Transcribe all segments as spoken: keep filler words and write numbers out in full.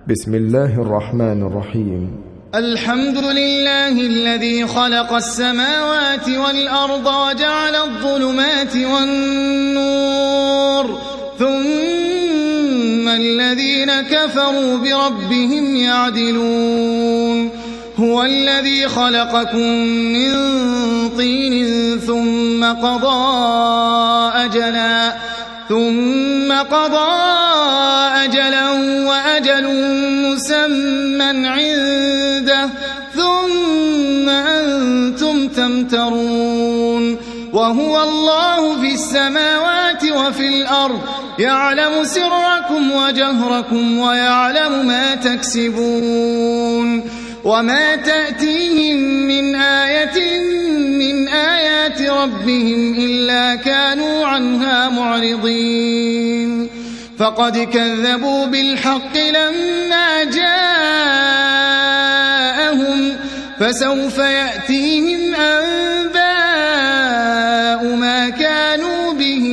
بسم الله الرحمن الرحيم. الحمد لله الذي خلق السماوات والأرض وجعل الظلمات والنور ثم الذين كفروا بربهم يعدلون. هو الذي خلقكم من طين ثم قضى أجلا ثم قضى أجلا وأجل مسمى عنده ثم أنتم تمترون. وهو الله في السماوات وفي الأرض يعلم سركم وجهركم ويعلم ما تكسبون. وما تأتيهم من آية من آيات ربهم إلا كانوا عنها معرضين. فقد كذبوا بالحق لما جاءهم فسوف يأتيهم أنباء ما كانوا به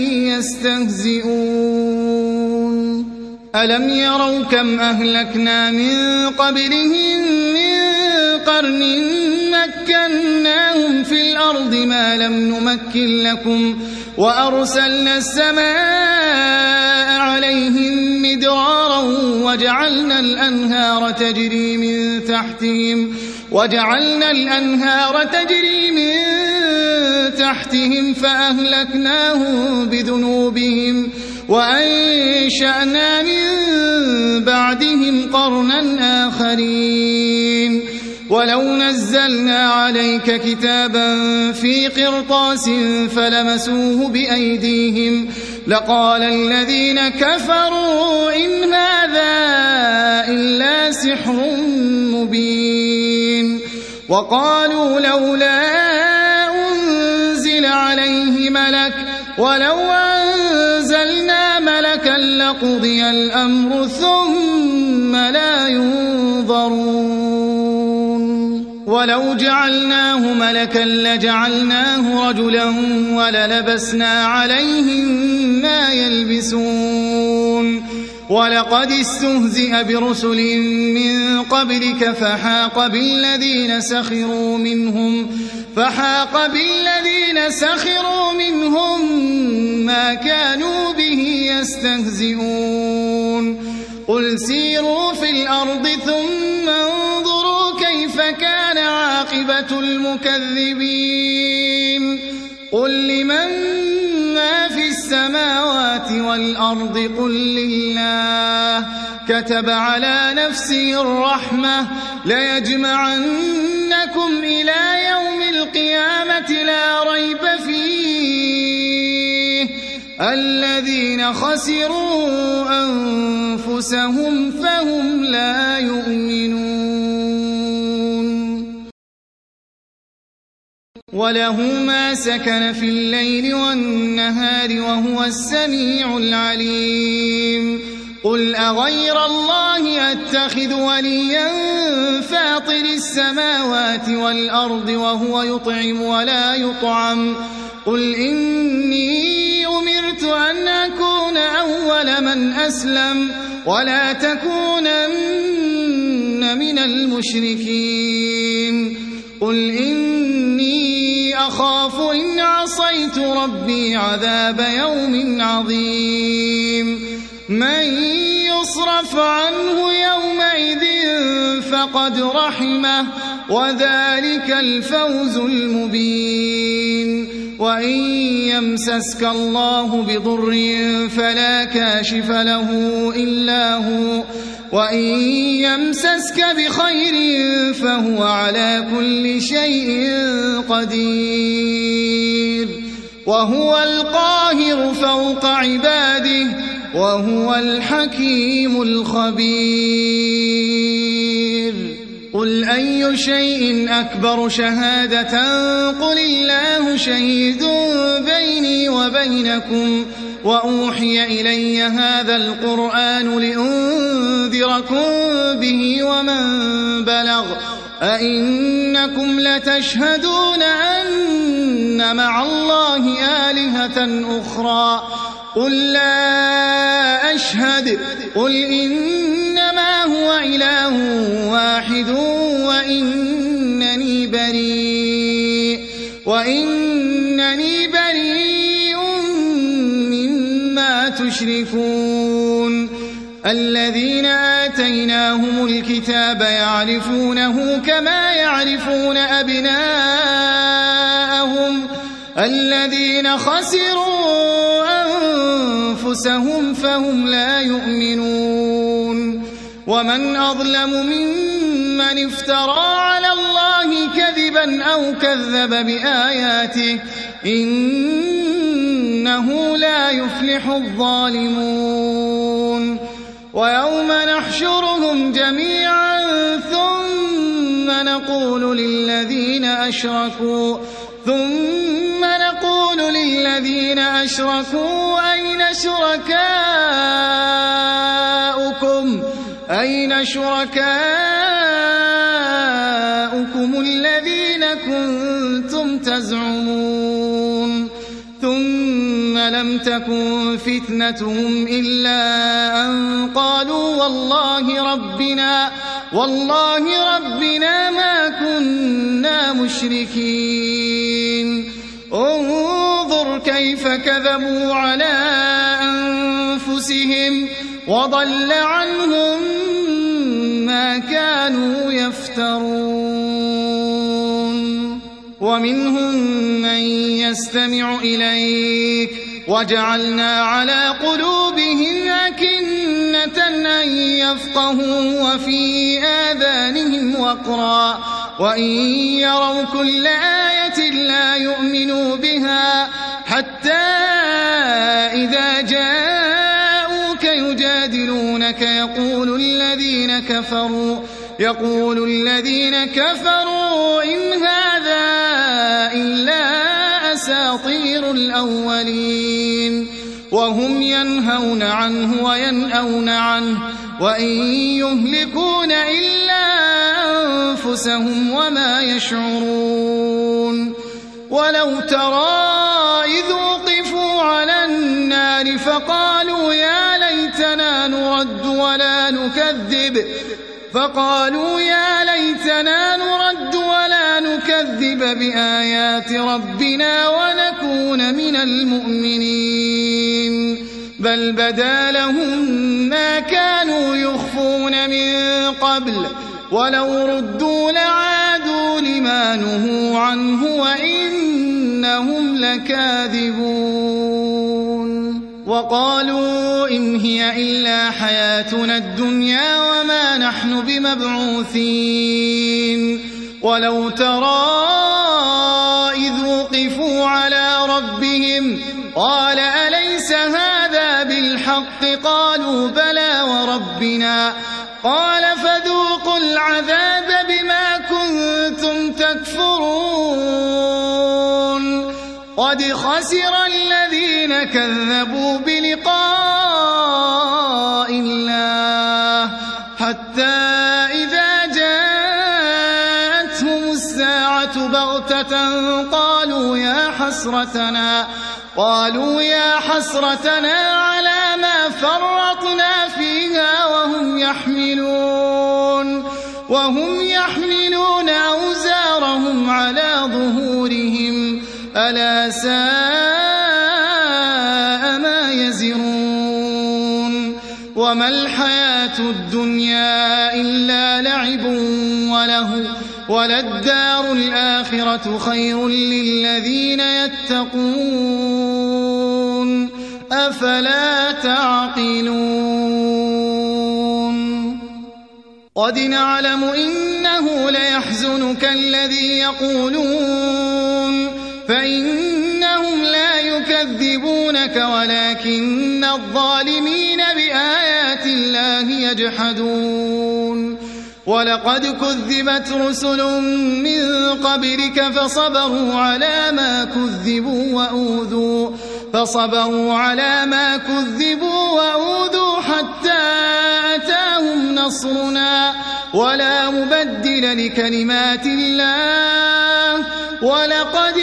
يستهزئون. ألم يروا كم أهلكنا من قبلهم من قرن مكناهم في الأرض ما لم نمكن لكم وأرسلنا السماء عليهم مدرارا وجعلنا الأنهار تجري من تحتهم وجعلنا الأنهار تجري من تحتهم فأهلكناهم بذنوبهم وأنشأنا من بعدهم قرنا آخرين. ولو نزلنا عليك كتابا في قرطاس فلمسوه بأيديهم لقال الذين كفروا إن هذا إلا سحر مبين. وقالوا لولا أنزل عليه ملك ولو أنزلنا ملكا لقضي الأمر ثم لا ينظرون. ولو جعلناه ملكا لجعلناه رجلا وللبسنا عليهم ما يلبسون. ولقد استهزئ برسل من قبلك فحاق بالذين سخروا منهم فحاق بالذين سخروا منهم ما كانوا به يستهزئون. قل سيروا في الأرض ثم انظروا كيف كان عاقبة المكذبين. قل لمن ما في السماوات والأرض قل لله كتب على نفسه الرحمة ليجمعنكم إلى يوم القيامة لا ريب فيه الذين خسروا أنفسهم فهم لا يؤمنون. وله ما سكن في الليل والنهار وهو السميع العليم. قل أغير الله أتخذ وليا فاطر السماوات والأرض وهو يطعم ولا يطعم. قل إني أمرت أن أكون أول من أسلم ولا تكونن من المشركين. قل إني أخاف إن عصيت ربي عذاب يوم عظيم. من يصرف عنه يومئذ فقد رحمه وذلك الفوز المبين. وإن يمسسك الله بضر فلا كاشف له إلا هو وإن يمسسك بخير فهو على كل شيء قدير. وهو القاهر فوق عباده وهو الحكيم الخبير. قل أي شيء أكبر شهادة قل الله شهيد بيني وبينكم وأوحي إلي هذا القرآن لأنذركم به ومن بلغ أئنكم لتشهدون أن مع الله آلهة أخرى قل لا أشهد قل إنما هو إله واحد وإنني بريء وإنني بريء مما تشركون الذين آتيناهم الكتاب يعرفونه كما يعرفون أبناءهم الذين خسروا أنفسهم فهم لا يؤمنون ومن أظلم ممن افترى على الله كذبا أو كذب بآياته إنه لا يفلح الظالمون ويوم نحشرهم جميعا ثم نقول للذين أشركوا ثم نقول للذين أشركوا أين شركاؤكم أين شركاؤكم الذين كنتم تزعمون ثم لم تكن فتنتهم إلا أن قالوا والله ربنا والله ربنا ما كنا مشركين انظر كيف كذبوا على أنفسهم وضل عنهم ما كانوا يفترون ومنهم من يستمع إليك وجعلنا على قلوبهم أكنة أن يفقهوا وفي آذانهم وقرا وإن يروا كل آية لا يؤمنوا بها حتى إذا جاءوك يجادلونك يقول الذين كفروا يقول الذين كفروا إن هذا إلا أساطير الأولين وهم ينهون عنه وينأون عنه وإن يهلكون إلا أنفسهم وما يشعرون ولو ترى إذ وقفوا على النار فقالوا يا ليتنا نرد ولا نكذب فقالوا يا ليتنا نرد ولا نكذب بآيات ربنا ونكون من المؤمنين بل بدا لهم ما كانوا يخفون من قبل ولو ردوا لعادوا لما نهوا عنه وإنهم لكاذبون وقالوا إن هي إلا حياتنا الدنيا وما نحن بمبعوثين ولو ترى إذ وقفوا على ربهم قال أليس هذا بالحق قالوا بلى وربنا قال فذوقوا العذاب بما كنتم تكفرون قد خسر الذين كذبوا بلقاء الله حتى إذا جاءتهم الساعة بغتة قالوا يا حسرتنا قالوا يا حسرتنا على ما فرطنا فيها وهم يحملون وهم يحملون أوزارهم على ظهورهم ألا ساء ما يزرون وما الحياة الدنيا إلا لعب وله وللدار الآخرة خير للذين يتقون أفلا تعقلون قد نعلم إنه ليحزنك الذي يقولون فإنهم لا يكذبونك ولكن الظالمين بآيات الله يجحدون ولقد كذبت رسل من قبلك فصبروا على ما كذبوا وأوذوا فصبروا على ما كذبوا وأوذوا حتى أتاهم نصرنا ولا مبدل لكلمات الله ولقد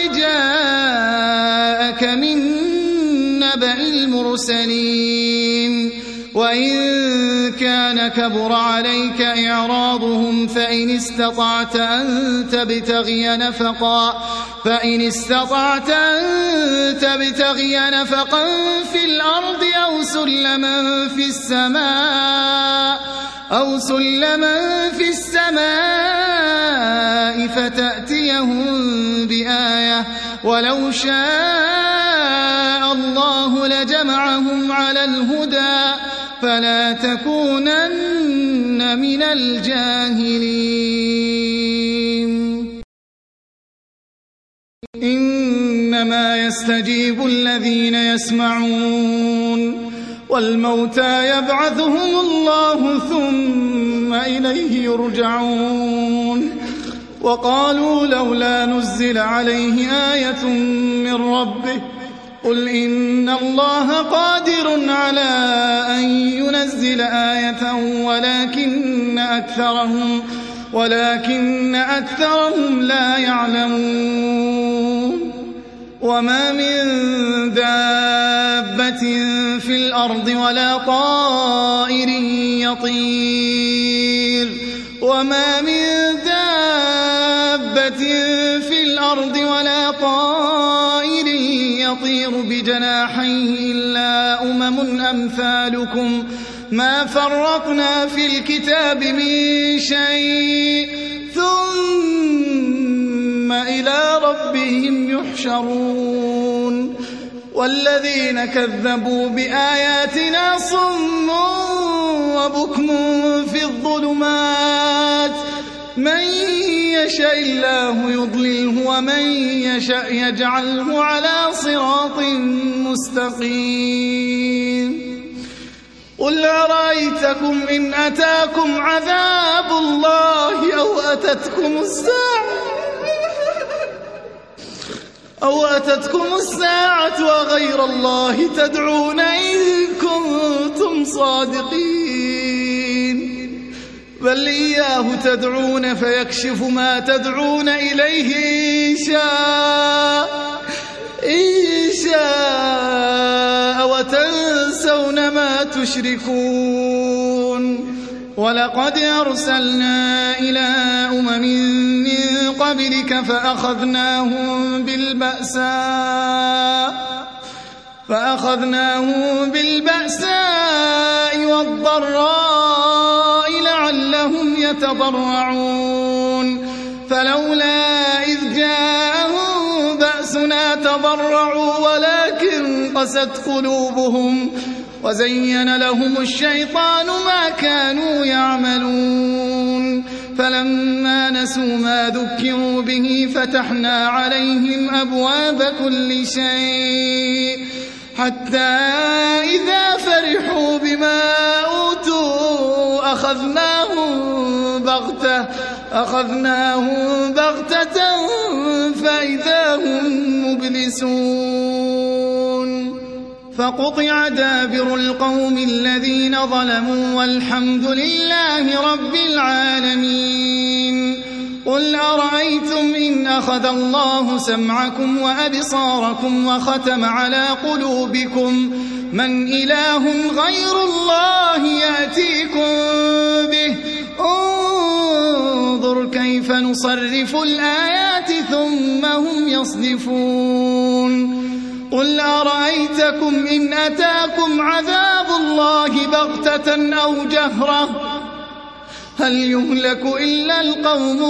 جاءك من نبأ المرسلين وإن كان كبر عليك إعراضهم فإن استطعت أن تبتغي نفقا فإن استطعت أن تبتغي نفقا في الأرض أو سلما في السماء أو سلما في السماء فتأتيهم بآية ولو شاء الله لجمعهم على الهدى فلا تكونن من الجاهلين. إنما يستجيب الذين يسمعون والموتى يبعثهم الله ثم إليه يرجعون. وقالوا لولا نزل عليه آية من ربه قل إن الله قادر على أن ينزل آية ولكن أكثرهم ولكن أكثرهم لا يعلمون. وما من دابة في الأرض ولا طائر يطير وما من دابة في الأرض ولا طائر يطير بجناحيه إلا أمم أمثالكم ما فرطنا في الكتاب من شيء ثم إلى ربهم يحشرون. والذين كذبوا بآياتنا صم وبكم في الظلمات من يشاء الله يضلله ومن يشاء يجعله على صراط مستقيم. قل أرأيتكم إن أتاكم عذاب الله أو أتتكم الساعة أو أتتكم الساعة وغير الله تدعون إن كنتم صادقين بل إياه تدعون فيكشف ما تدعون إليه إن شاء إن شاء وتنسون ما تشركون. ولقد أرسلنا إلى أمم من قبلك فأخذناهم بالبأساء فأخذناهم بالبأساء والضراء لعلهم يتضرعون فلولا إذ جاءهم بأسنا تضرعوا ولكن قست قلوبهم وزين لهم الشيطان ما كانوا يعملون. فلما نسوا ما ذكروا به فتحنا عليهم أبواب كل شيء حتى إذا فرحوا بما أوتوا أخذناهم بغتة أخذناهم بغتة فإذا هم مبلسون. فقطع دابر القوم الذين ظلموا والحمد لله رب العالمين. قل أرأيتم إن أخذ الله سمعكم وأبصاركم وختم على قلوبكم من إله غير الله يأتيكم به انظر كيف نصرف الآيات ثم هم يصدفون. قل أرأيتكم إن أتاكم عذاب الله بغتة أو جهرة هل يهلك إلا القوم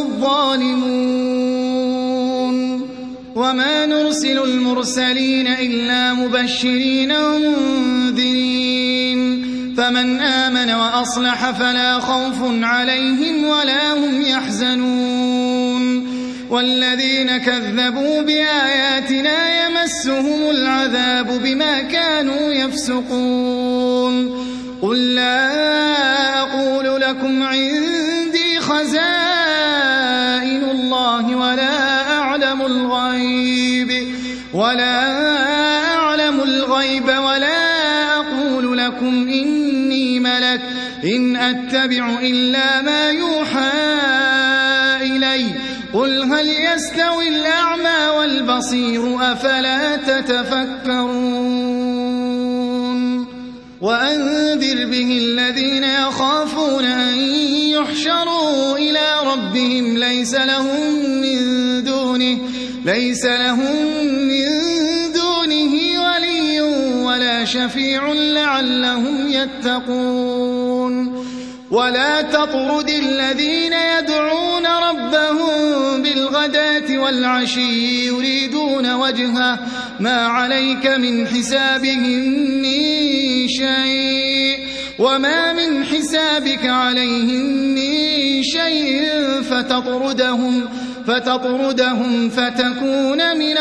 الظالمون. وما نرسل المرسلين إلا مبشرين ومنذرين فمن آمن وأصلح فلا خوف عليهم ولا هم يحزنون. والذين كذبوا بآياتنا يمسهم العذاب بما كانوا يفسقون. قل لا أقول لكم عندي خزائن الله ولا أعلم الغيب ولا أعلم الغيب ولا أقول لكم إني ملك إن أتبع إلا ما يوحى إلي قل هل يستوي الأعمى والبصير أفلا تتفكرون. وأنذر به الذين يخافون أن يحشروا إلى ربهم ليس لهم من دونه ليس لهم من دونه ولي ولا شفيع لعلهم يتقون ولا تطرد الذين يدعون ربهم بالغداة والعشي يريدون وجهه ما عليك من حسابهم من شيء وما من حسابك عليهم من شيء فتطردهم فتطردهم فتكون من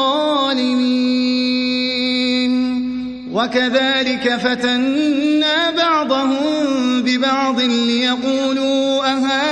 الظالمين وكذلك فتنا بعضهم ببعض ليقولوا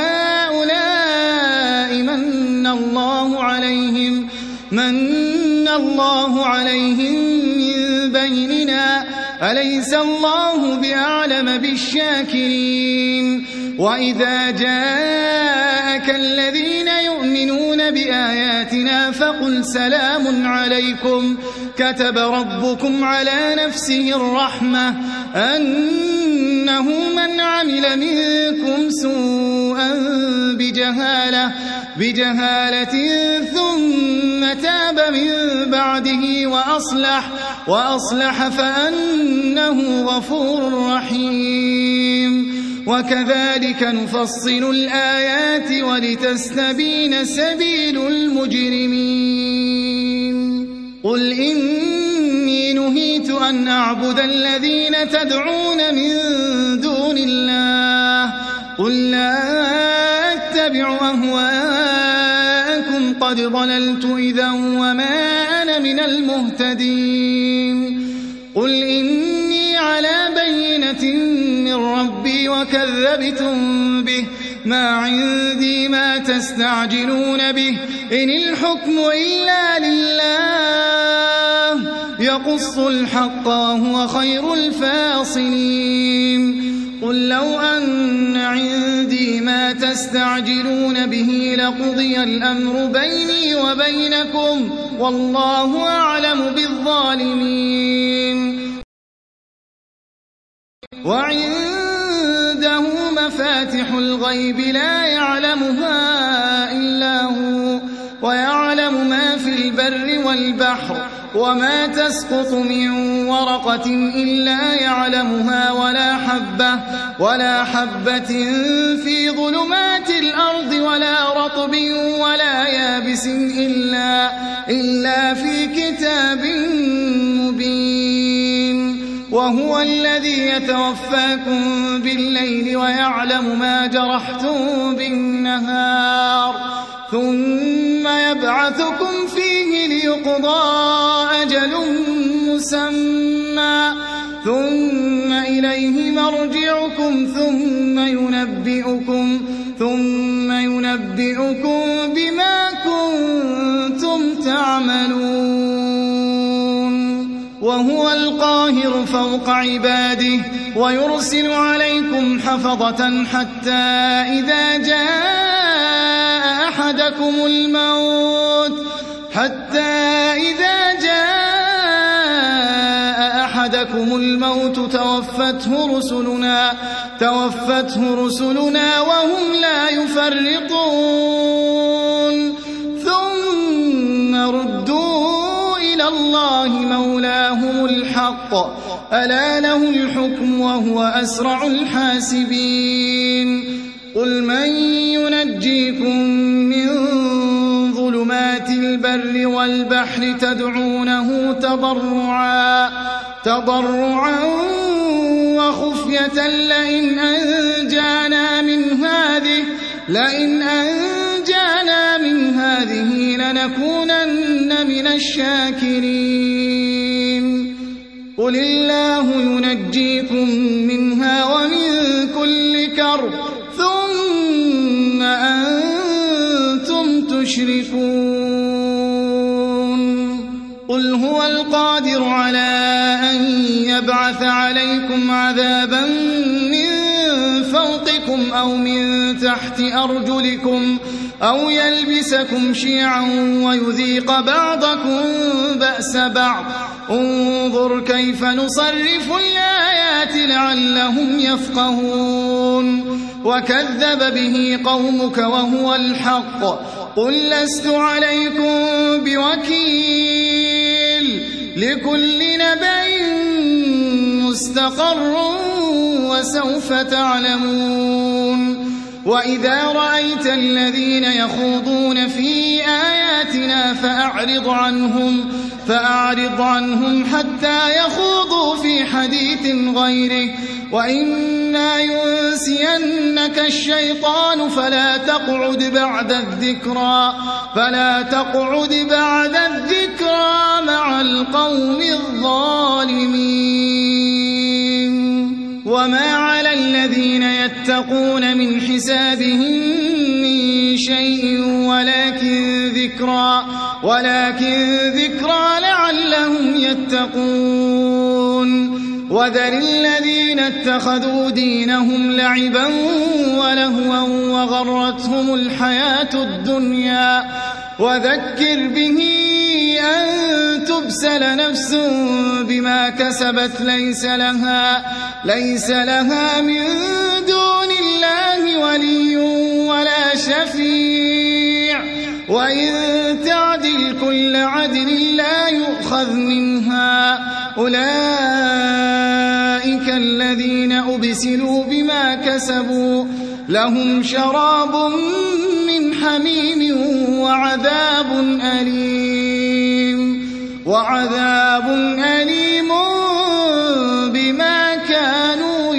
أهؤلاء من الله عليهم من الله عليهم من بيننا أليس الله بأعلم بالشاكرين وإذا جاءك الذين يؤمنون بآياتنا فقل سلام عليكم كتب ربكم على نفسه الرحمة أنه من عمل منكم سوءا بجهالة بجهالة ثم تاب من بعده وأصلح وأصلح فأنه غفور رحيم وكذلك نفصل الآيات ولتستبين سبيل المجرمين قل إني نهيت أن أعبد الذين تدعون من دون الله قل لا أتبع أهواءكم قد ضللت إذا وما أنا من المهتدين قل إني على بينة من ربي وكذبتم به ما عندي ما تستعجلون به إن الحكم إلا لله يقص الحق وهو خير الفاصلين قل لو أن عندي ما تستعجلون به لقضي الأمر بيني وبينكم والله أعلم بالظالمين وعنده مفاتح الغيب لا يعلمها إلا هو ويعلم ما في البر والبحر وما تسقط من ورقة إلا يعلمها ولا حبة ولا حبة في ظلمات الأرض ولا رطب ولا يابس إلا إلا في كتاب مبين وهو الذي يتوفاكم بالليل ويعلم ما جرحتم بالنهار ثم يبعثكم فيه ليقضى أجل مسمى ثم إليه مرجعكم ثم ينبئكم ثم ينبئكم بما كنتم تعملون وهو القاهر فوق عباده ويرسل عليكم حفظة حتى إذا جاء أحدكم الموت حتى إذا جاء أحدكم الموت توفته رسلنا توفته رسلنا وهم لا يفرطون ثم ردوا إلى الله مولاهم الحق ألا له الحكم وهو أسرع الحاسبين قل من ينجيكم من ظلمات البر والبحر تدعونه تضرعا تضرعا وخفية لئن أنجانا من هذه لئن أنجانا من هذه لنكونن من الشاكرين قل الله ينجيكم منها ومن كل كرب ثم أنتم تشركون قل هو القادر على أن يبعث عليكم عذابا من فوقكم أو من تحت أرجلكم أو يلبسكم شيعا ويذيق بعضكم بأس بعض انظر كيف نصرف الآيات لعلهم يفقهون وكذب به قومك وهو الحق قل لست عليكم بوكيل لكل نبأ مستقر وسوف تعلمون وإذا رأيت الذين يخوضون في آياتنا فأعرض عنهم فأعرض عنهم حتى يخوضوا في حديث غيره وإما ينسينك الشيطان فلا تقعد بعد الذكرى فلا تقعد بعد الذكرى مع القوم الظالمين وما على الذين يتقون من حسابهم من شيء ولكن ذكرى ولكن ذكرى لعلهم يتقون وذر الذين اتخذوا دينهم لعبا ولهوا وغرتهم الحياة الدنيا وذكر به أن تبسل نفس بما كسبت ليس لها ليس لها من دون الله ولي ولا شفيع وإن تعدل كل عدل لا يؤخذ منها أولئك الذين أبسلوا بما كسبوا لهم شراب من حميم وعذاب أليم وعذاب أليم بما كانوا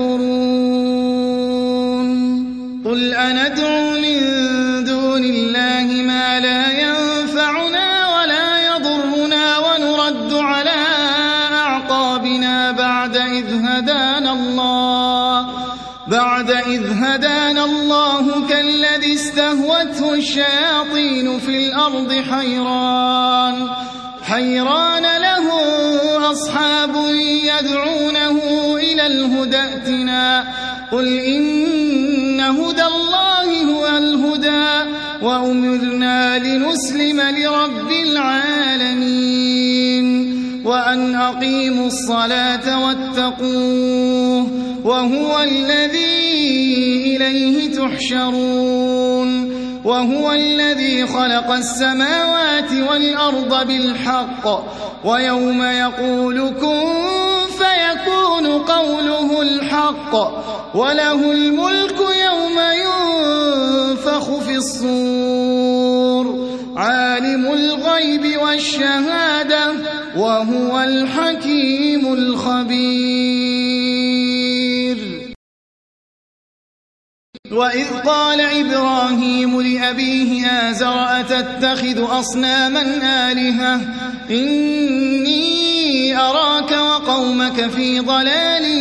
يكفرون قل أندعو من دون الله ما لا ينفعنا ولا يضرنا ونرد على أعقابنا بعد إذ هدانا الله بعد إذ هدانا الله كالذي استهوته الشياطين في الأرض حيران حيران له أصحاب يدعونه إلى الهدى ائتنا قل إن هدى الله هو الهدى وأمرنا لنسلم لرب العالمين وأن أقيموا الصلاة واتقوه وهو الذي إليه تحشرون وهو الذي خلق السماوات والأرض بالحق ويوم يقول كن فيكون قوله الحق وله الملك يوم ينفخ في الصور عالم الغيب والشهادة وهو الحكيم الخبير وإذ قال إبراهيم لأبيه آزر أتتخذ أصناما آلهة إني أراك وقومك في ضلال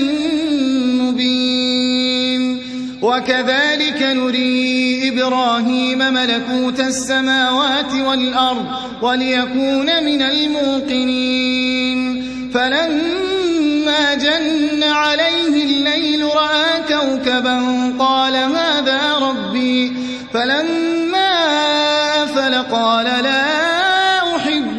مبين وكذلك نري إبراهيم ملكوت السماوات والأرض وليكون من الموقنين فلما جن عليه الليل رأى كوكبا قال هذا ربي فلما أفل قال لا أحب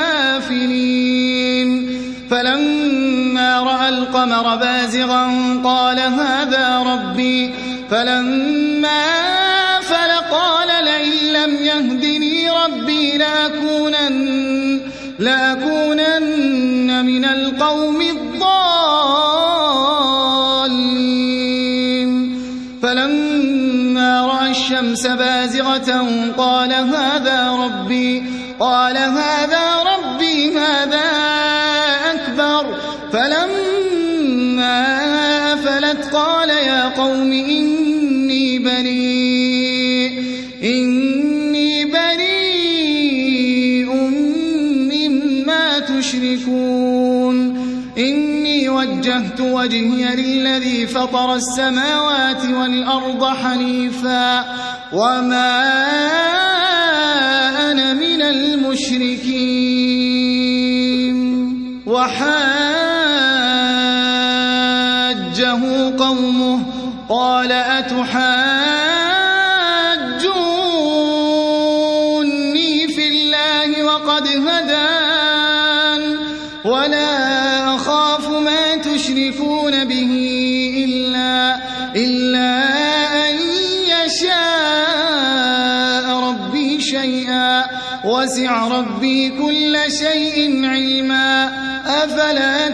الآفلين فلما رأى القمر بازغا قال هذا ربي فلما أفل قال لئن لم يهدني ربي لأكونن, لأكونن من القوم الضالين فلما رأى الشمس بازغة قال هذا ربي قال هذا ربي هذا أكبر فلما أفلت قال يا قوم إني بريء إني بريء مما تشركون إني وجهت وجهي للذي فطر السماوات والأرض حنيفا وما أنا من المشركين وحاجه قومه قال أتحاجوني إلا أن يشاء ربي شيئا وسع ربي كل شيء علما أفلا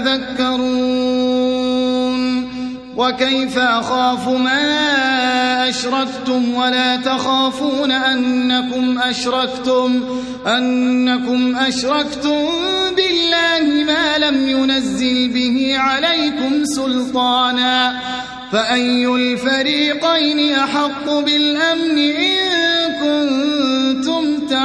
تتذكرون وكيف أخاف ما أشركتم ولا تخافون أنكم أشركتم أنكم أشركتم بالله ما لم ينزل به عليكم سلطانا فأي الفريقين أحق بالأمن إن كنتم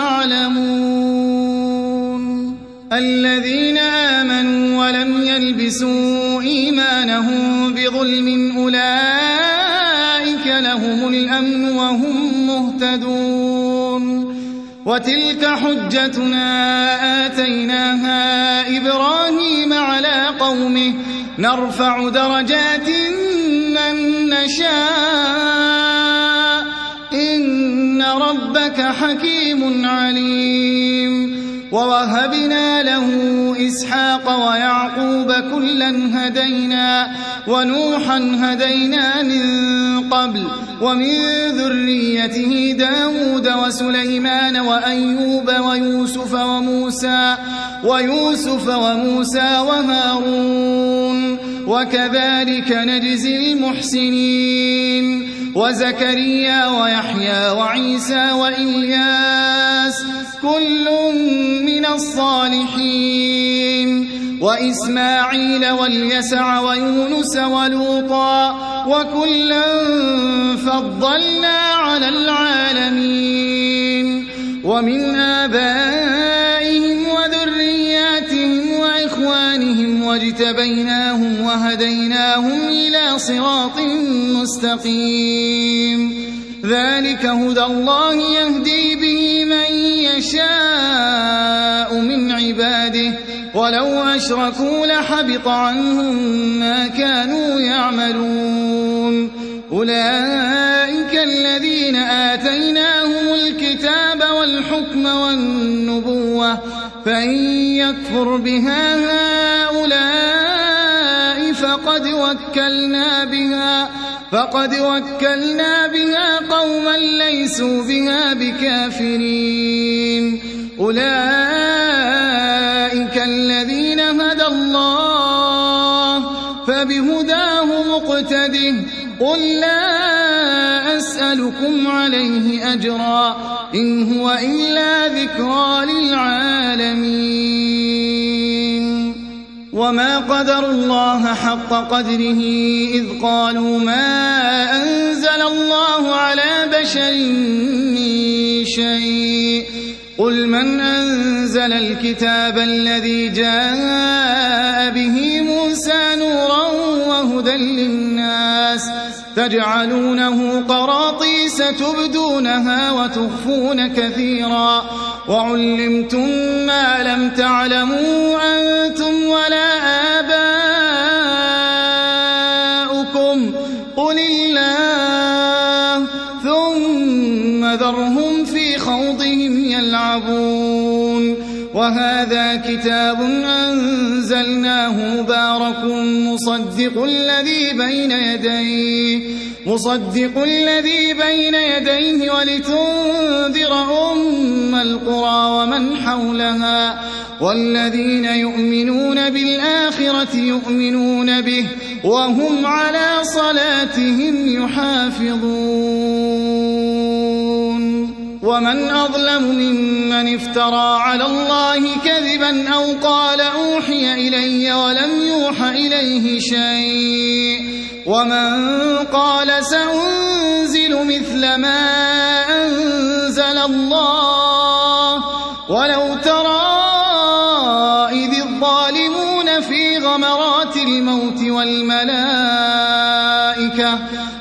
تعلمون الذين آمنوا ولم يلبسوا إيمانهم بظلم أولئك لهم الأمن وهم مهتدون وتلك حجتنا آتيناها إبراهيم على قومه نرفع درجات من نشاء إن ربك حكيم عليم ووهبنا له إسحاق ويعقوب كلا هدينا ونوحا هدينا من قبل ومن ذريته داود وسليمان وأيوب ويوسف وموسى ويوسف وموسى وهارون وكذلك نجزي المحسنين وزكريا ويحيى وعيسى وإلياس كل من الصالحين وإسماعيل واليسع ويونس ولوطا وكلا فضلنا على العالمين ومن آبائهم وذرياتهم وإخوانهم واجتبيناهم وهديناهم إلى صراط مستقيم ذلك هدى الله يهدي به من يشاء من عباده ولو أشركوا لحبط عنهم ما كانوا يعملون أولئك الذين آتيناهم الكتاب والحكم والنبوة فإن يكفر بها هؤلاء فقد وكلنا بها فقد وكلنا بها قوما ليسوا بها بكافرين أولئك الذين هدى الله فبهداه مقتده قل لا أسألكم عليه أجرا إن هو إلا ذكرى للعالمين وما قدروا الله حق قدره إذ قالوا ما أنزل الله على بشر من شيء قل من أنزل الكتاب الذي جاء به موسى نورا وهدى للناس تجعلونه قراطيس تبدونها وتخفون كثيرا وعلمتم ما لم تعلموا أنتم ولا آباؤكم قل الله ثم ذرهم في خوضهم يلعبون وهذا كتاب أنزلناه مبارك مصدق الذي بين يديه مصدق الذي بين يديه ولتنذر أم القرى ومن حولها والذين يؤمنون بالآخرة يؤمنون به وهم على صلاتهم يحافظون ومن أظلم ممن افترى على الله كذبا أو قال أوحي إلي ولم يوح إليه شيء ومن قال سأنزل مثل ما أنزل الله ولو ترى إذ الظالمون في غمرات الموت والملائكة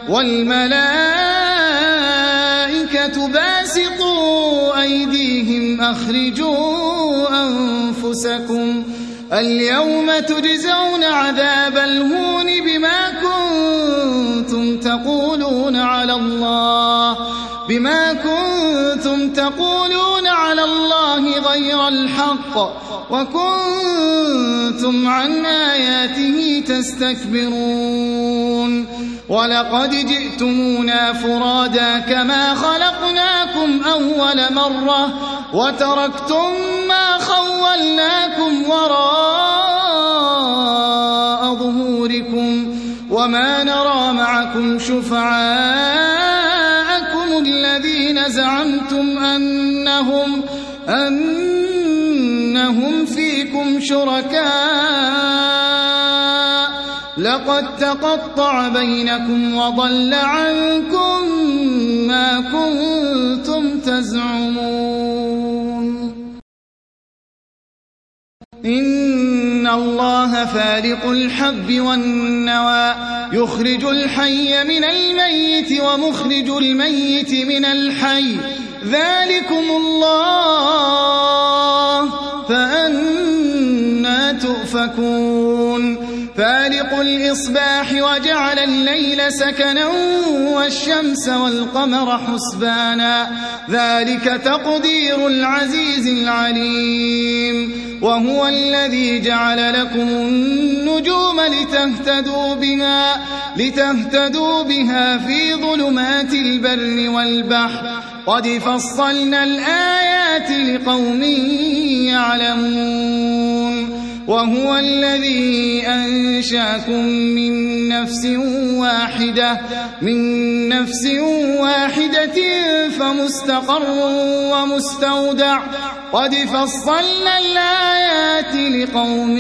والملائكة باسطوا أيديهم أخرجوا أنفسكم اليوم تجزون عذاب الهون بما كنتم تقولون على الله بما كنتم تقولون على الله غير الحق وكنتم عن آياته تستكبرون ولقد جئتمونا فرادا كما خلقناكم أول مرة وتركتم ما خولناكم وراء ظهوركم وما نرى معكم شفعاءكم الذين زعمتم أنهم أنهم فيكم شركاء لقد تقطع بينكم وضل عنكم ما كنتم تزعمون إن الله فالق الحب والنوى يخرج الحي من الميت ومخرج الميت من الحي ذلكم الله فأنى تؤفكون فالق الإصباح وجعل الليل سكنا والشمس والقمر حسبانا ذلك تقدير العزيز العليم وهو الذي جعل لكم النجوم لتهتدوا بها, لتهتدوا بها في ظلمات البر والبحر قد فصلنا الآيات لقوم يعلمون وهو الذي أنشاكم من نفس واحدة من نفس واحدة فمستقر ومستودع قد فصلنا الآيات لقوم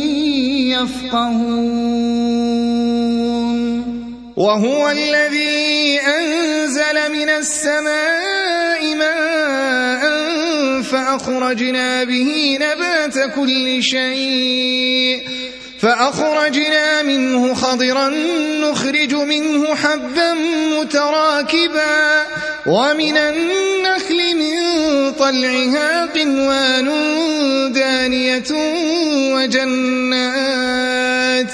يفقهون وهو الذي أنزل من السماء ماء فأخرجنا به نبات كل شيء فأخرجنا منه خضرا نخرج منه حبا متراكبا ومن النخل من طلعها قنوان دانية وجنات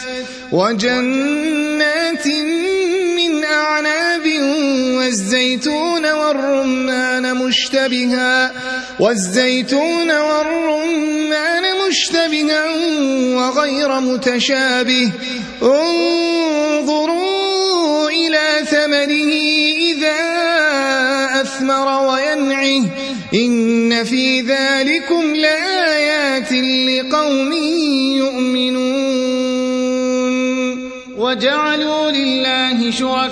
وجنات من أعناب والزيتون والرمان مشتبها والزيتون والرمان مشتبها وغير متشابه انظروا إلى ثمره إذا أثمر وينعه إن في ذلكم لآيات لقوم يؤمنون وجعلوا لله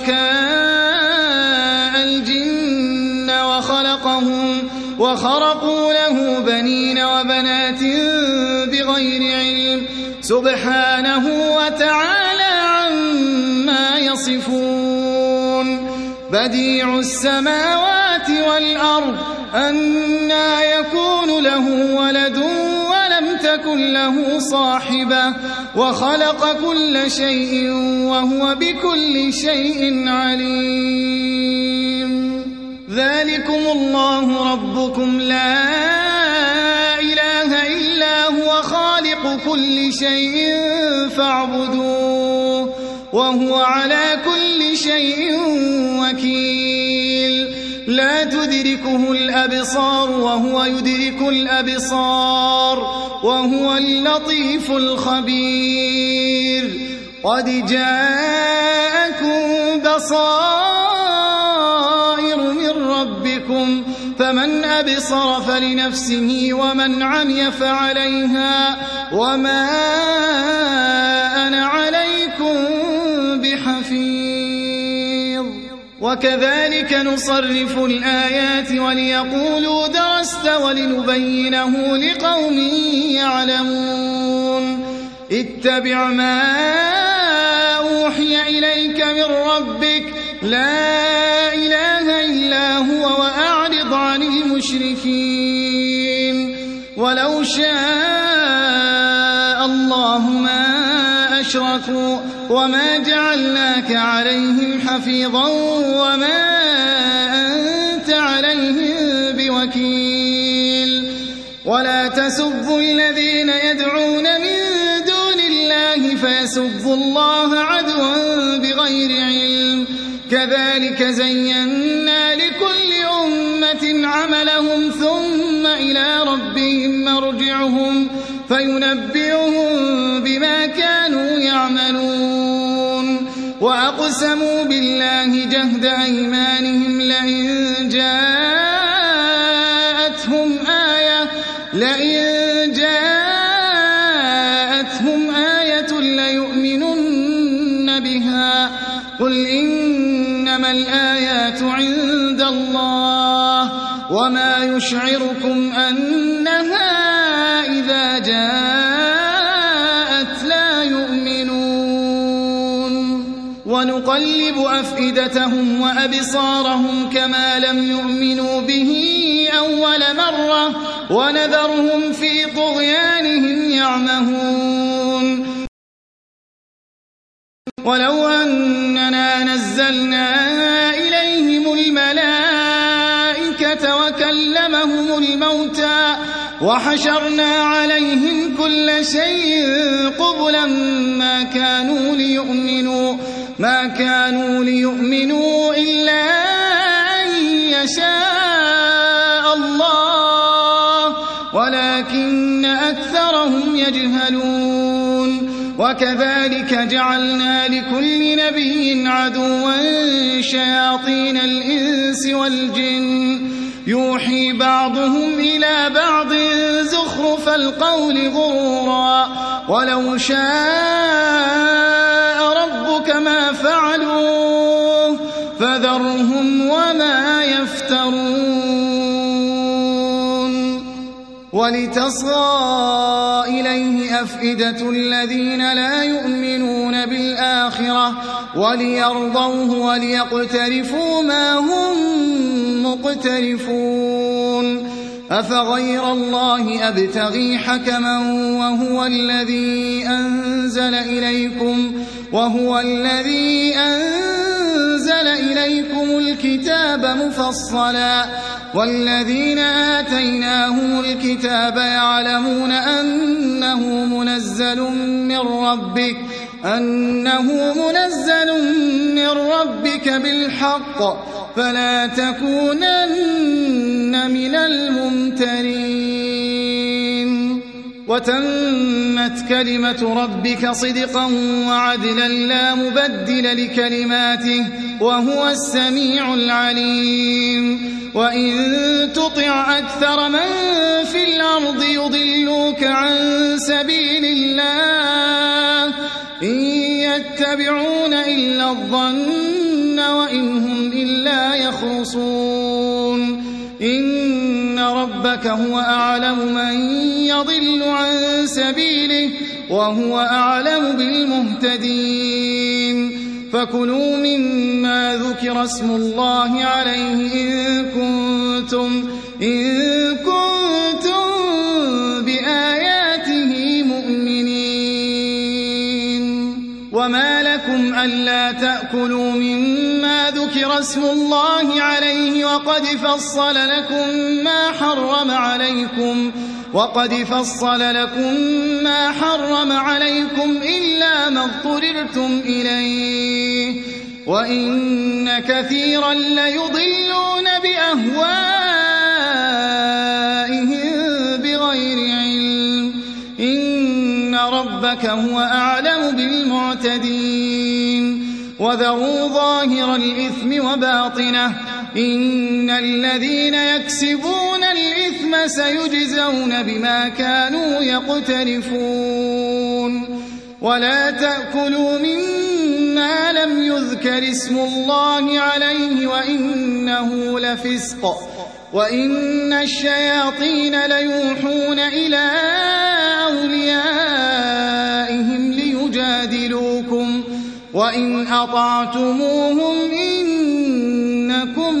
شركاء الجن وخلقهم وخرقوا له بنين وبنات بغير علم سبحانه وتعالى عما يصفون بديع السماوات والأرض أنى يكون له ولد ولم تكن له صاحبة وخلق كل شيء وهو بكل شيء عليم ذلكم الله ربكم لا إله إلا هو خالق كل شيء فاعبدوه وهو على كل شيء وكيل لا تدركه الأبصار وهو يدرك الأبصار وهو اللطيف الخبير قد جاءكم بصائر من ربكم فمن أبصر فلنفسه ومن عمي فعليها وما أنا عليكم بحفيظ وكذلك نصرف الآيات وليقولوا درست ولنبينه لقوم يعلمون اتبع ما أوحي إليك من ربك لا إله إلا هو وأعرض عن المشركين ولو شاء الله ما أشركوا وما جعلناك عليهم حفيظا وما أنت عليهم بوكيل ولا تسبوا الذين يدعون من دون الله فيسبوا الله عدوا بغير علم كذلك زينا لكل أمة عملهم ثم إلى ربهم مرجعهم فينبئهم بما كانوا يعملون وأقسموا بالله جهد أيمانهم لئن جاءتهم آية لئن جاءتهم آية ليؤمنن بها قل إنما الآيات عند الله وما يشعركم أنها إذا جاءت لا يؤمنون ونقلب أفئدتهم وأبصارهم كما لم يؤمنوا به أول مرة ونذرهم في طغيانهم يعمهون ولو أننا نزلنا إليهم الملائكة وكلمهم الموتى وحشرنا عليهم كل شيء قبلا ما كانوا ليؤمنوا ما كانوا ليؤمنوا إلا أن يشاء الله ولكن أكثرهم يجهلون وكذلك جعلنا لكل نبي عدوا شياطين الإنس والجن يوحي بعضهم إلى بعض زخرف القول غرورا ولو شاء ربك ما فعلوه فذرهم وما يفترون ولتصغى إليه أفئدة الذين لا يؤمنون بالآخرة وليرضوه وليقترفوا ما هم مقترفون أفغير الله أبتغي حكما وهو الذي أنزل إليكم وهو الذي أنزل إليكم الكتاب مفصلا والذين آتيناهم الكتاب يعلمون أنه منزل من ربك أنه منزل من ربك بالحق فلا تكونن من الممترين وتمت كلمة ربك صدقا وعدلا لا مبدل لكلماته وهو السميع العليم وإن تطع أكثر من في الأرض يضلوك عن سبيل الله إن يتبعون إلا الظن وإن هم إلا يخرصون إن ربك هو أعلم من يضل عن سبيله وهو أعلم بالمهتدين فكلوا مما ذكر اسم الله عليه إن كنتم إن كنتم بآياته مؤمنين وما لكم ألا تأكلوا مما ذكر اسم الله عليه وقد فصل لكم ما حرم عليكم وقد فصل لكم ما حرم عليكم إلا ما اضطررتم إليه وإن كثيرا ليضلون بأهوائهم بغير علم إن ربك هو أعلم بالمعتدين وذروا ظاهر الإثم وباطنه إن الذين يكسبون الإثم سيجزون بما كانوا يقترفون ولا تأكلوا مما لم يذكر اسم الله عليه وإنه لفسق وإن الشياطين ليوحون إلى أوليائهم ليجادلوكم وإن أطعتموهم إنكم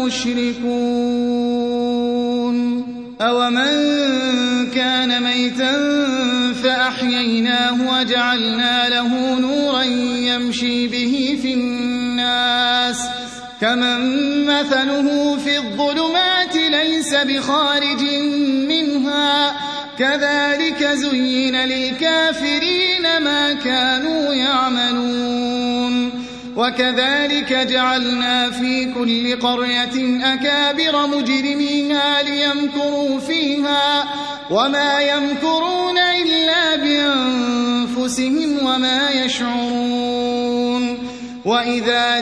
لمشركون أومن كان ميتا فأحييناه وجعلنا له نورا يمشي به في الناس كمن مثله في الظلمات ليس بخارج منها كذلك زين للكافرين ما كانوا يعملون وكذلك جعلنا في كل قرية أكابر مجرميها ليمكروا فيها وما يمكرون إلا بأنفسهم وما يشعرون وإذا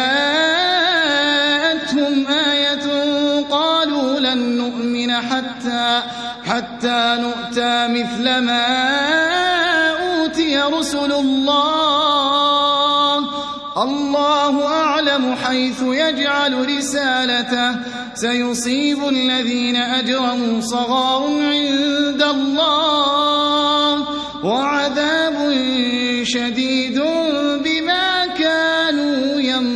جاءتهم آية قالوا لن نؤمن حتى حتى نؤتى مثل ما أوتي رسل الله الله أعلم حيث يجعل رسالته سيصيب الذين أجرموا صغار عند الله وعذاب شديد بما كانوا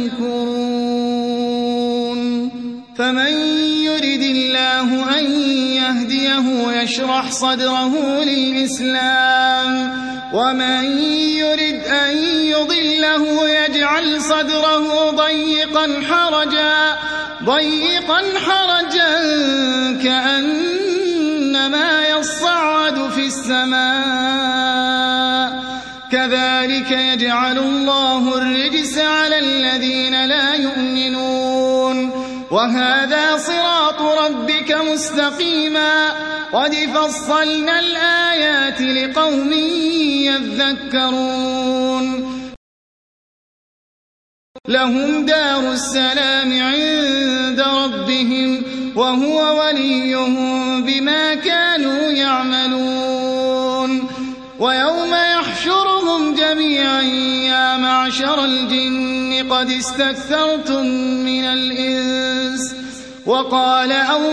يمكرون فمن يرد الله أن يهديه يشرح صدره للإسلام ومن يرد أن يضله يجعل صدره ضيقا حرجا ضيقا حرجا كأنما يصعد في السماء كذلك يجعل الله الرجس على الذين لا يؤمنون وهذا صراط ربك مستقيما قد فصلنا الآيات لقوم يذكرون لهم دار السلام عند ربهم وهو وليهم بما كانوا يعملون ويوم يحشرهم جميعا يا معشر الجن قد استكثرتم من الإنس وقال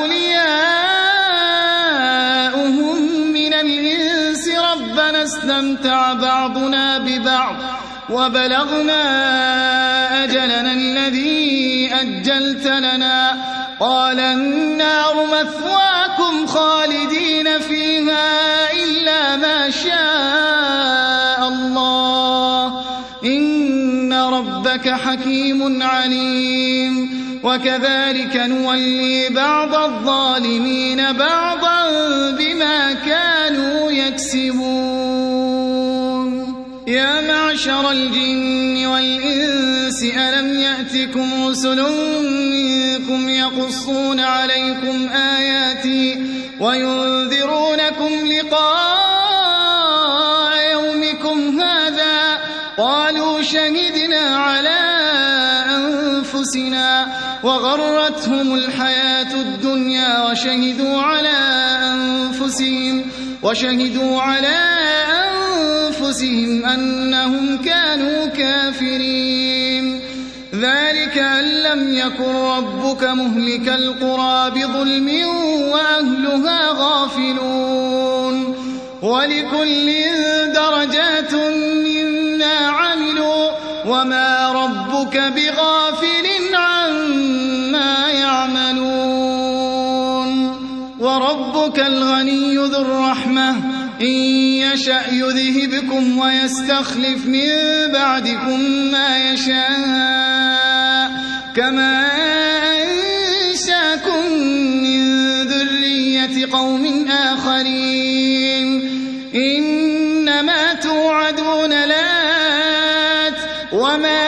أولياؤهم من الإنس ربنا استمتع بعضنا ببعض وبلغنا أجلنا الذي أجلت لنا قال النار مثواكم خالدين فيها إلا ما شاء الله إن ربك حكيم عليم وكذلك نولي بعض الظالمين بعضا بما كانوا يكسبون يا معشر الجن والإنس ألم يأتكم رسل منكم يقصون عليكم آياتي وينذرونكم لقاء يومكم هذا قالوا شهدنا على أنفسنا وغرتهم الحياة الدنيا وشهدوا على أنفسهم وشهدوا على أنفسهم أنهم كانوا كافرين ذلك أن لم يكن ربك مهلك القرى بظلم وأهلها غافلون ولكل درجات مما عملوا وما ربك بغافل عما يعملون وربك الغني ذو الرحمة إن يشأ يذهبكم ويستخلف من بعدكم ما يشاء كما أنشاكم من ذرية قوم آخرين إنما توعدون لآت وما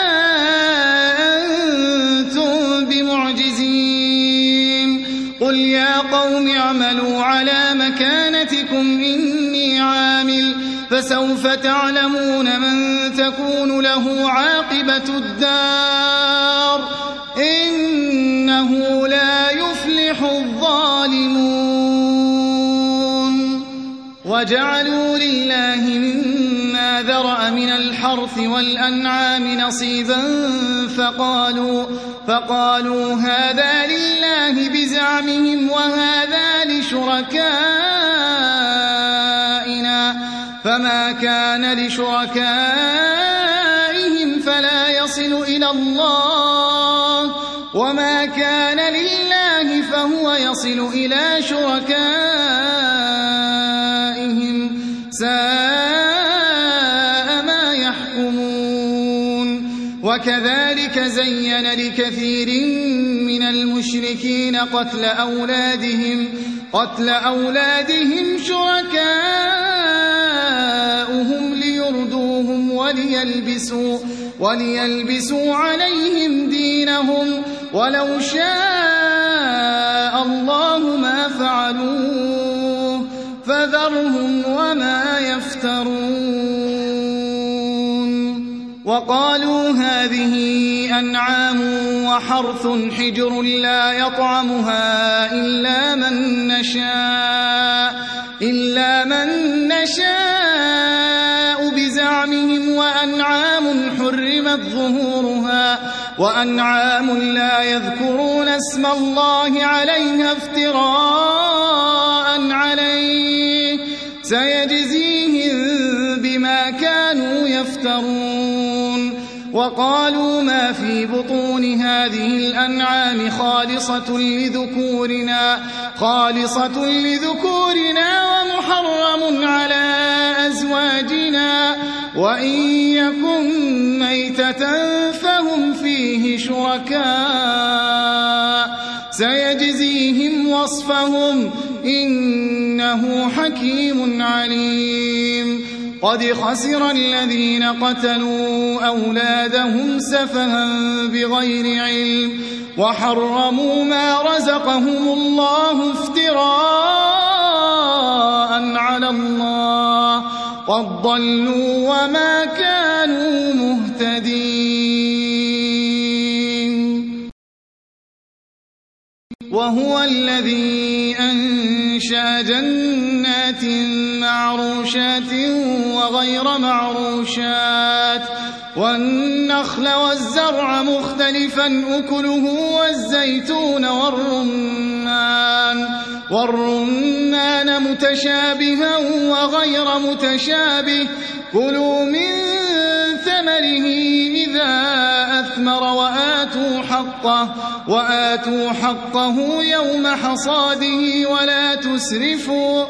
أنتم بمعجزين قل يا قوم اعملوا على مكانتكم إني عامل فسوف تعلمون من تكون له عاقبة الدار إنه لا يفلح الظالمون وجعلوا لله مما ذرأ من الحرث والأنعام نصيبا فقالوا, فقالوا هذا لله بزعمهم وهذا لشركائنا فما كان لشركائهم فلا يصل إلى الله وما كان لله فهو يصل إلى شركائهم ساء ما يحكمون وكذلك زين لكثير من المشركين قتل أولادهم قتل أولادهم شركاؤهم ليردوهم وليلبسوا وليلبسوا عليهم دينهم ولو شاء الله ما فعلوه فذرهم وما يفترون. وقالوا هذه أنعام وحرث حجر لا يطعمها إلا من نشاء إلا من نشاء بزعمهم وأنعام حرمت ظهورها وأنعام لا يذكرون اسم الله عليها افتراء عليه سيجزيهم بما كانوا يفترون. وقالوا ما في بطون هذه الأنعام خالصة لذكورنا خالصة لذكورنا ومحرم على أزواجنا وإن يكن ميتة فهم فيه شركاء سيجزيهم وصفهم إنه حكيم عليم. قد خسر الذين قتلوا أولادهم سفها بغير علم وحرموا ما رزقهم الله افتراء على الله قد ضلوا وما كانوا مهتدين. وهو الذي أنشأ جنات معروشات وغير معروشات والنخل والزرع مختلفا أكله والزيتون والرمان والرمان متشابها وغير متشابه كلوا من ثمره إذا أثمر وآتوا حقه وآتوا حقه يوم حصاده ولا تسرفوا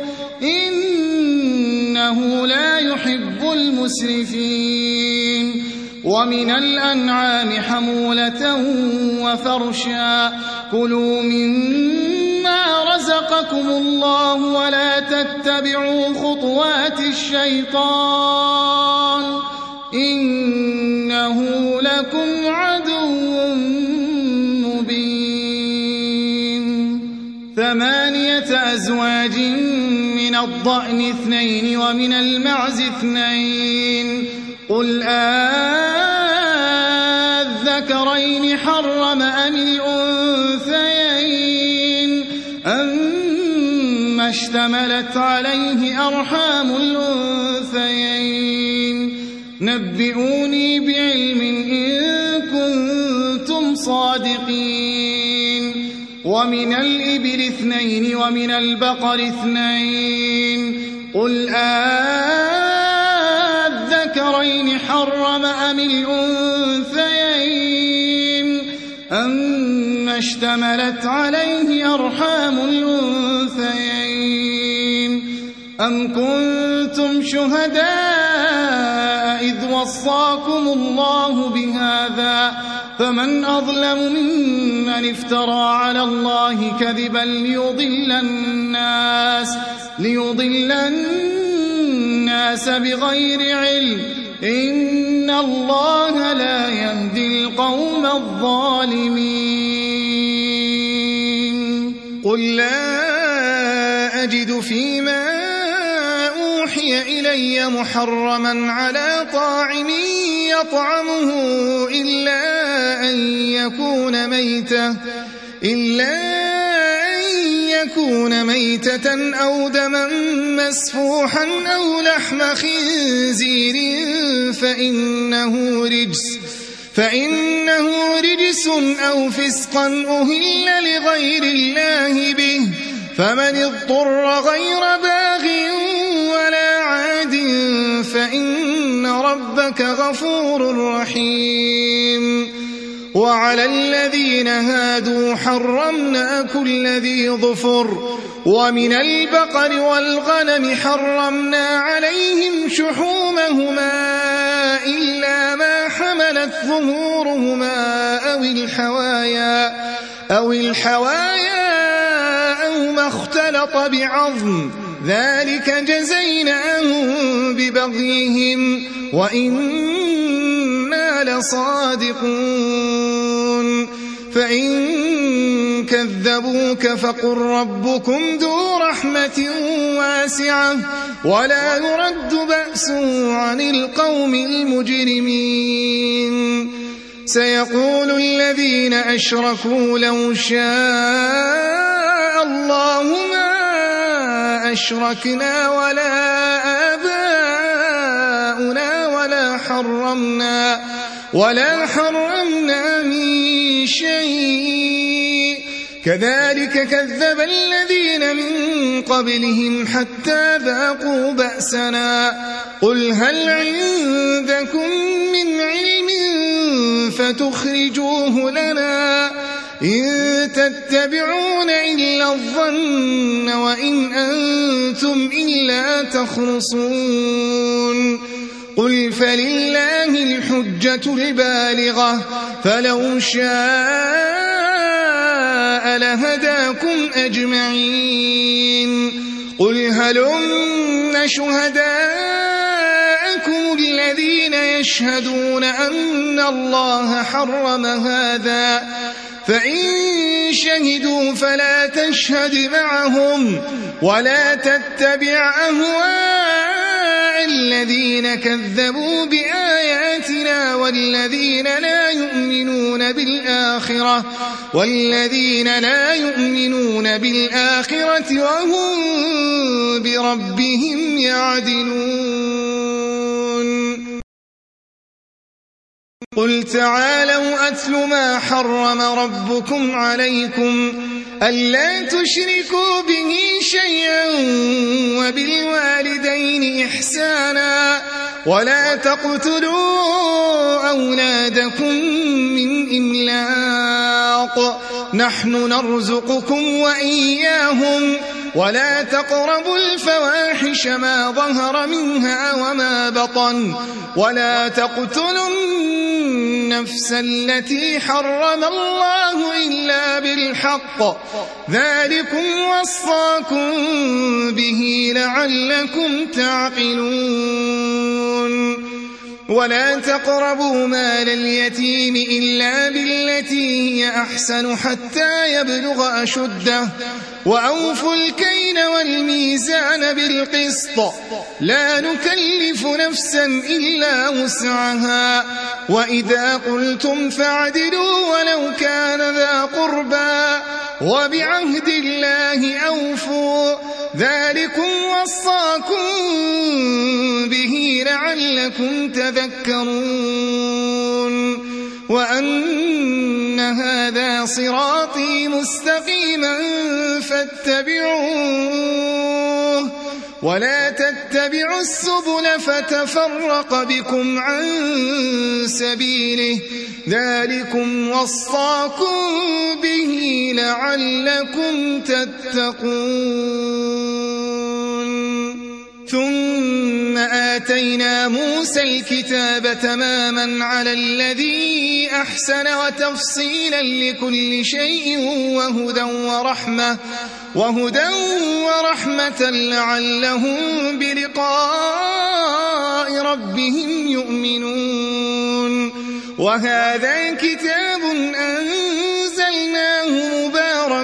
إنه لا يحب المسرفين. ومن الأنعام حمولة وفرشا كلوا مما رزقكم الله ولا تتبعوا خطوات الشيطان إنه لكم عدو مبين. ثمانية أزواج من الضأن اثنين ومن المعز اثنين قل أذكرين حرم أم الأنثيين أما اشتملت عليه أرحام الأنثيين نبئوني بعلم إن كنتم صادقين. ومن الإبل اثنين ومن البقر اثنين قل أذكرين حرم أم الأنثيين أما اشتملت عليه أرحام الأنثيين أم كنتم شهداء إذ وصاكم الله بهذا فمن أظلم ممن افترى على الله كذبا ليضل الناس ليضل الناس بغير علم إن الله لا يهدي القوم الظالمين. قل لا أجد فيما أوحي إلي محرما على طاعم يطعمه إلا أن يكون ميتة إلا أن يكون ميتة أو دما مسفوحا أو لحم خنزير فإنه رجس فإنه رجس أو فسقا أهل لغير الله به فمن اضطر غير باغ ولا عاد فإن ربك غفور رحيم. وعلى الذين هادوا حرمنا كل ذي ظفر ومن البقر والغنم حرمنا عليهم شحومهما إلا ما حملت ظهورهما أو الحوايا أو الحوايا أو ما اختلط بعظم ذلك جزيناهم ببغيهم وإنا لصادقون فإن كذبوك فقل ربكم ذو رحمة واسعة ولا يرد بأسه عن القوم المجرمين سيقول الذين أشركوا لو شاء الله ما أشركنا ولا آباؤنا ولا حرمنا ولا حرمنا من شيء كذلك كذب الذين من قبلهم حتى ذاقوا بأسنا قل هل عندكم من علم فتخرجوه لنا إن تتبعون إلا الظن وإن أنتم إلا تخرصون قل فلله الحجة البالغة فلو شاء لهداكم أجمعين قل هلم شهداءكم الذين يشهدون أن الله حرم هذا فإن شهدوا فلا تشهد معهم ولا تتبع أهواء الذين كذبوا بآياتنا والذين لا يؤمنون بالآخرة والذين لا يؤمنون بالآخرة وهم بربهم يعدلون قل تعالوا أتل ما حرم ربكم عليكم ألا تشركوا به شيئا وبالوالدين إحسانا ولا تقتلوا أولادكم من إملاق نحن نرزقكم وإياهم ولا تقربوا الفواحش ما ظهر منها وما بطن ولا تقتلوا النفس التي حرم الله إلا بالحق ذلكم وصاكم به لعلكم تعقلون ولا تقربوا مال اليتيم إلا بالتي هي أحسن حتى يبلغ أشده وأوفوا الكيل والميزان بالقسط لا نكلف نفسا إلا وسعها وإذا قلتم فاعدلوا ولو كان ذا قربى وبعهد الله أوفوا ذلكم وصاكم به لعلكم تذكرون وأن هذا صراطي مستقيما فاتبعوه ولا تتبعوا السبل فتفرق بكم عن سبيله ذلكم وصاكم به لعلكم تتقون ثم آتينا موسى الكتاب تماما على الذي أحسن وتفصيلا لكل شيء وهدى ورحمة وهدى ورحمة لعلهم بلقاء ربهم يؤمنون وهذا كتاب أنزلناه مبارك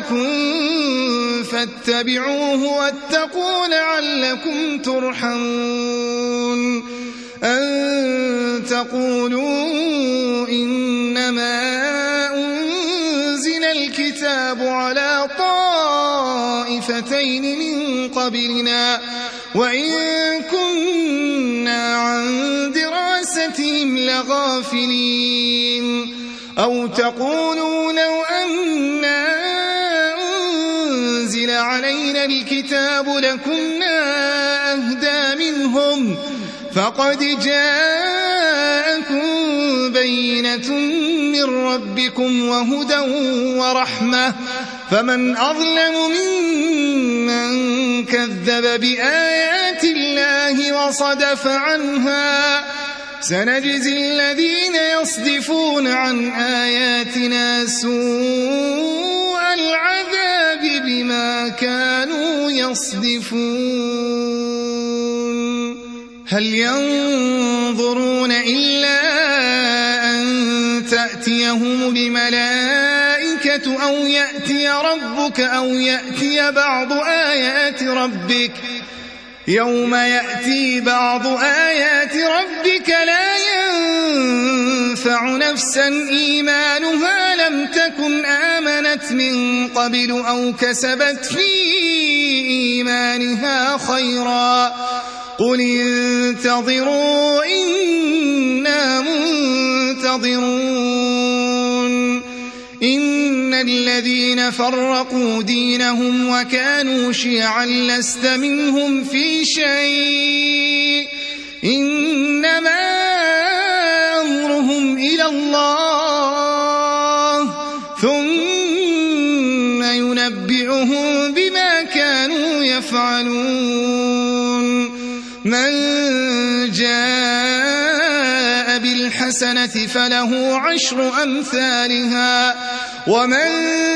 فاتبعوه واتقوا لعلكم ترحمون أن تقولوا إنما أنزل الكتاب على طائفتين من قبلنا وإن كنا عن دراستهم لغافلين أو تقولوا لو أنا أنزل علينا الكتاب لكنا أهدى منهم فقد جاءكم بينة من ربكم وهدى ورحمة فمن أظلم ممن كذب بآيات الله وصدف عنها سنجزي الذين يصدفون عن آياتنا سوء العذاب بما كانوا يصدفون هل ينظرون إلا أن الملائكة أو يأتي ربك أو يأتي بعض آيات ربك يوم يأتي بعض آيات ربك لا ينفع نفسا إيمانها لم تكن آمنت من قبل أو كسبت في إيمانها خيرا قل انتظروا إنا منتظرون إن الذين فرقوا دينهم وكانوا شيعا لست منهم في شيء إنما أمرهم إلى الله ثم ينبئهم بما كانوا يفعلون من جاء بالحسنة فله عشر أمثالها ومن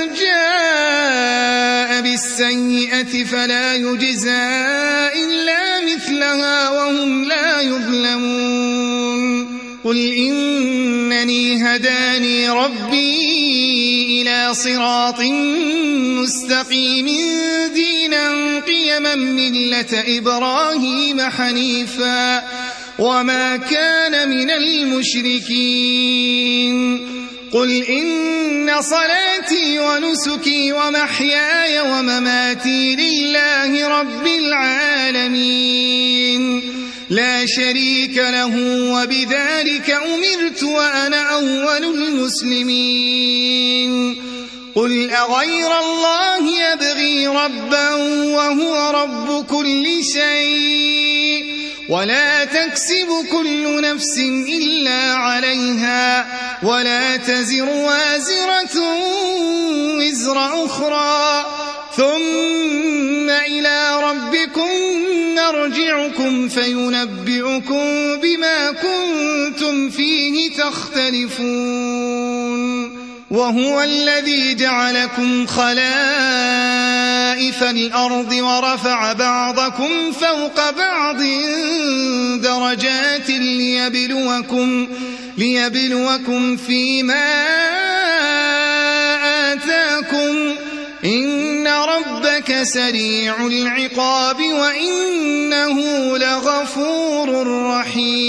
جاء بالسيئة فلا يجزى إلا مثلها وهم لا يظلمون قل إنني هداني ربي إلى صراط مستقيم دينا قيما ملة إبراهيم حنيفا وما كان من المشركين قل إن صلاتي ونسكي ومحياي ومماتي لله رب العالمين لا شريك له وبذلك أمرت وأنا أول المسلمين قل أغير الله يبغي ربا وهو رب كل شيء ولا تكسب كل نفس إلا عليها ولا تزر وازرة وزر أخرى ثم إلى ربكم نرجعكم فينبئكم بما كنتم فيه تختلفون وهو الذي جعلكم خلائف الأرض ورفع بعضكم فوق بعض درجات ليبلوكم, ليبلوكم فيما آتاكم إن ربك سريع العقاب وإنه لغفور رحيم